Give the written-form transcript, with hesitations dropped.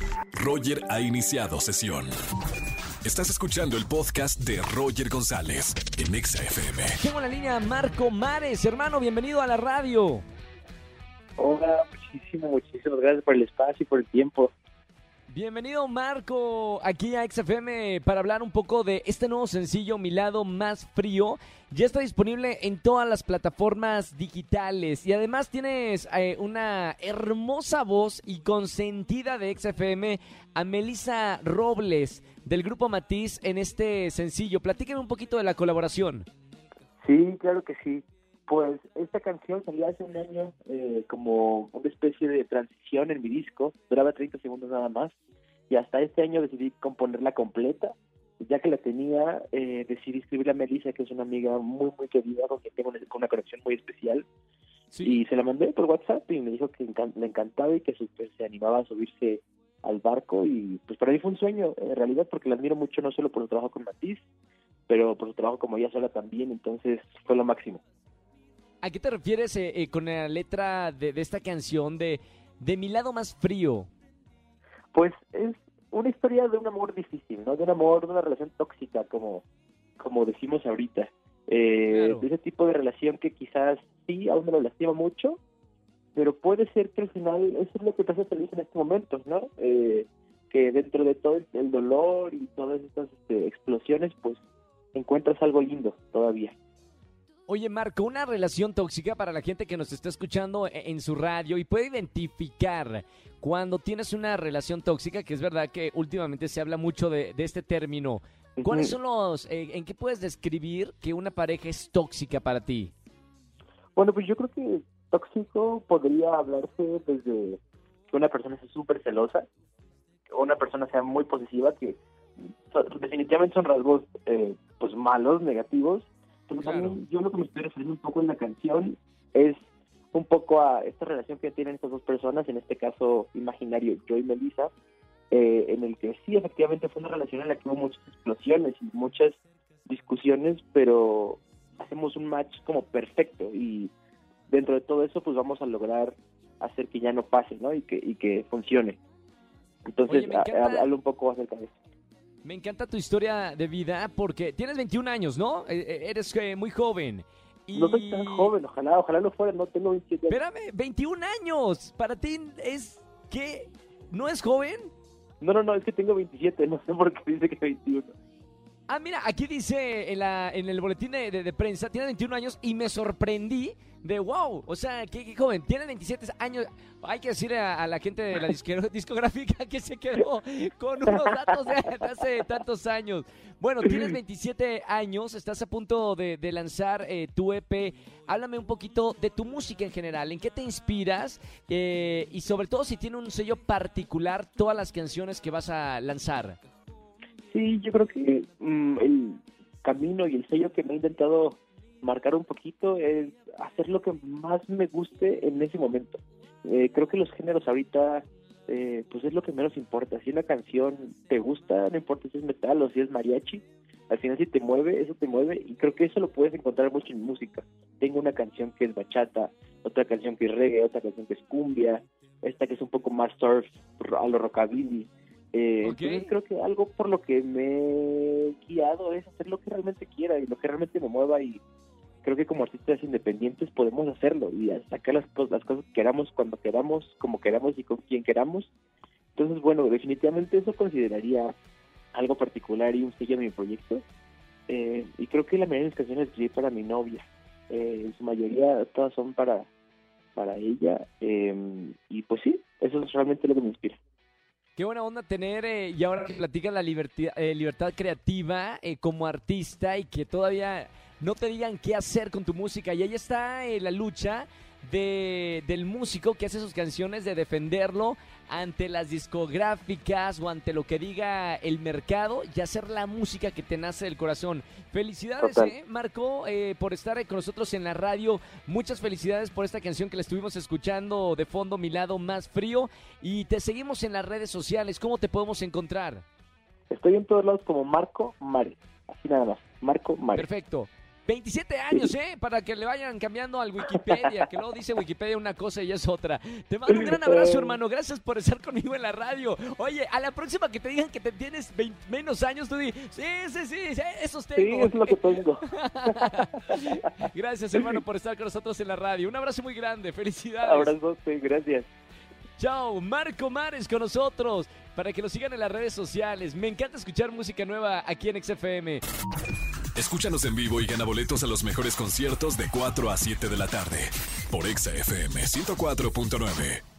Roger ha iniciado sesión. Estás escuchando el podcast de Roger González en Exa FM. Tengo en la línea a Marco Mares. Hermano, bienvenido a la radio. Hola, muchísimas gracias por el espacio y por el tiempo. Bienvenido, Marco, aquí a XFM para hablar un poco de este nuevo sencillo, Mi Lado Más Frío. Ya está disponible en todas las plataformas digitales y además tienes una hermosa voz y consentida de XFM a Melissa Robles del Grupo Matiz en este sencillo. Platíqueme un poquito de la colaboración. Sí, claro que sí. Pues esta canción salió hace un año como una especie de transición en mi disco, duraba 30 segundos nada más, y hasta este año decidí componerla completa. Ya que la tenía, decidí escribirle a Melissa, que es una amiga muy querida, con quien tengo una conexión muy especial, Sí. y se la mandé por WhatsApp y me dijo que le encantaba y que se animaba a subirse al barco, y pues para mí fue un sueño, en realidad, porque la admiro mucho no solo por su trabajo con Matiz, pero por su trabajo como ella sola también, entonces fue lo máximo. ¿A qué te refieres con la letra de esta canción de Mi Lado Más Frío? Pues es una historia de un amor difícil, ¿no? De un amor, de una relación tóxica, como decimos ahorita. Claro. De ese tipo de relación que quizás sí, a uno lo lastima mucho, pero puede ser que al final eso es lo que te hace feliz en estos momentos, ¿no? Que dentro de todo el dolor y todas estas explosiones, pues encuentras algo lindo todavía. Oye, Marco, una relación tóxica para la gente que nos está escuchando en su radio y puede identificar cuando tienes una relación tóxica, que es verdad que últimamente se habla mucho de este término. ¿Cuáles son en qué puedes describir que una pareja es tóxica para ti? Bueno, pues yo creo que tóxico podría hablarse desde que una persona sea súper celosa, o una persona sea muy posesiva, que definitivamente son rasgos pues malos, negativos. Pero Claro. también yo lo que me estoy refiriendo un poco en la canción es un poco a esta relación que tienen estas dos personas, en este caso imaginario, yo y Melissa, en el que sí, efectivamente fue una relación en la que hubo muchas explosiones y muchas discusiones, pero hacemos un match como perfecto, y dentro de todo eso pues vamos a lograr hacer que ya no pase, ¿no? Y que funcione. Entonces, Oye, me encanta. hablo un poco acerca de eso. Me encanta tu historia de vida porque tienes 21 años, ¿no? Eres muy joven. Y... No soy tan joven, ojalá lo fuera, no tengo 27 años. Espérame, 21 años. ¿Para ti es qué? ¿No es joven? No, es que tengo 27, no sé por qué dice que 21. Ah, mira, aquí dice en el boletín de prensa, tiene 21 años y me sorprendí de wow, o sea, qué joven, tiene 27 años. Hay que decirle a la gente de la discográfica que se quedó con unos datos de hace tantos años. Bueno, tienes 27 años, estás a punto de lanzar tu EP. Háblame un poquito de tu música en general, ¿en qué te inspiras? Y sobre todo si tiene un sello particular todas las canciones que vas a lanzar. Sí, yo creo que el camino y el sello que me he intentado marcar un poquito es hacer lo que más me guste en ese momento. Creo que los géneros ahorita pues es lo que menos importa. Si una canción te gusta, no importa si es metal o si es mariachi, al final si te mueve, eso te mueve, y creo que eso lo puedes encontrar mucho en música. Tengo una canción que es bachata, otra canción que es reggae, otra canción que es cumbia, esta que es un poco más surf, a lo rockabilly. Entonces creo que algo por lo que me he guiado es hacer lo que realmente quiera y lo que realmente me mueva, y creo que como artistas independientes podemos hacerlo y sacar las cosas que queramos, cuando queramos, como queramos y con quien queramos. Entonces, bueno, definitivamente eso consideraría algo particular y un sello de mi proyecto. Y creo que la mayoría de mis canciones las escribí para mi novia. En su mayoría todas son para ella. Y pues sí, eso es realmente lo que me inspira. Qué buena onda tener, y ahora que platicas la libertad creativa como artista y que todavía no te digan qué hacer con tu música. Y ahí está la lucha del músico que hace sus canciones, de defenderlo ante las discográficas o ante lo que diga el mercado y hacer la música que te nace del corazón. Felicidades, Marco, por estar con nosotros en la radio. Muchas felicidades por esta canción que la estuvimos escuchando de fondo, Mi Lado Más Frío. Y te seguimos en las redes sociales. ¿Cómo te podemos encontrar? Estoy en todos lados como Marco Mares. Así nada más, Marco Mares. Perfecto. 27 años, para que le vayan cambiando al Wikipedia, que luego dice Wikipedia una cosa y es otra. Te mando un gran abrazo, hermano. Gracias por estar conmigo en la radio. Oye, a la próxima que te digan que te tienes menos años, tú di, sí, esos tengo. Sí, es lo que tengo. Gracias, hermano, por estar con nosotros en la radio. Un abrazo muy grande. Felicidades. Abrazo, sí, gracias. Chao, Marco Mares con nosotros, para que lo sigan en las redes sociales. Me encanta escuchar música nueva aquí en XFM. Escúchanos en vivo y gana boletos a los mejores conciertos de 4 a 7 de la tarde por XFM 104.9.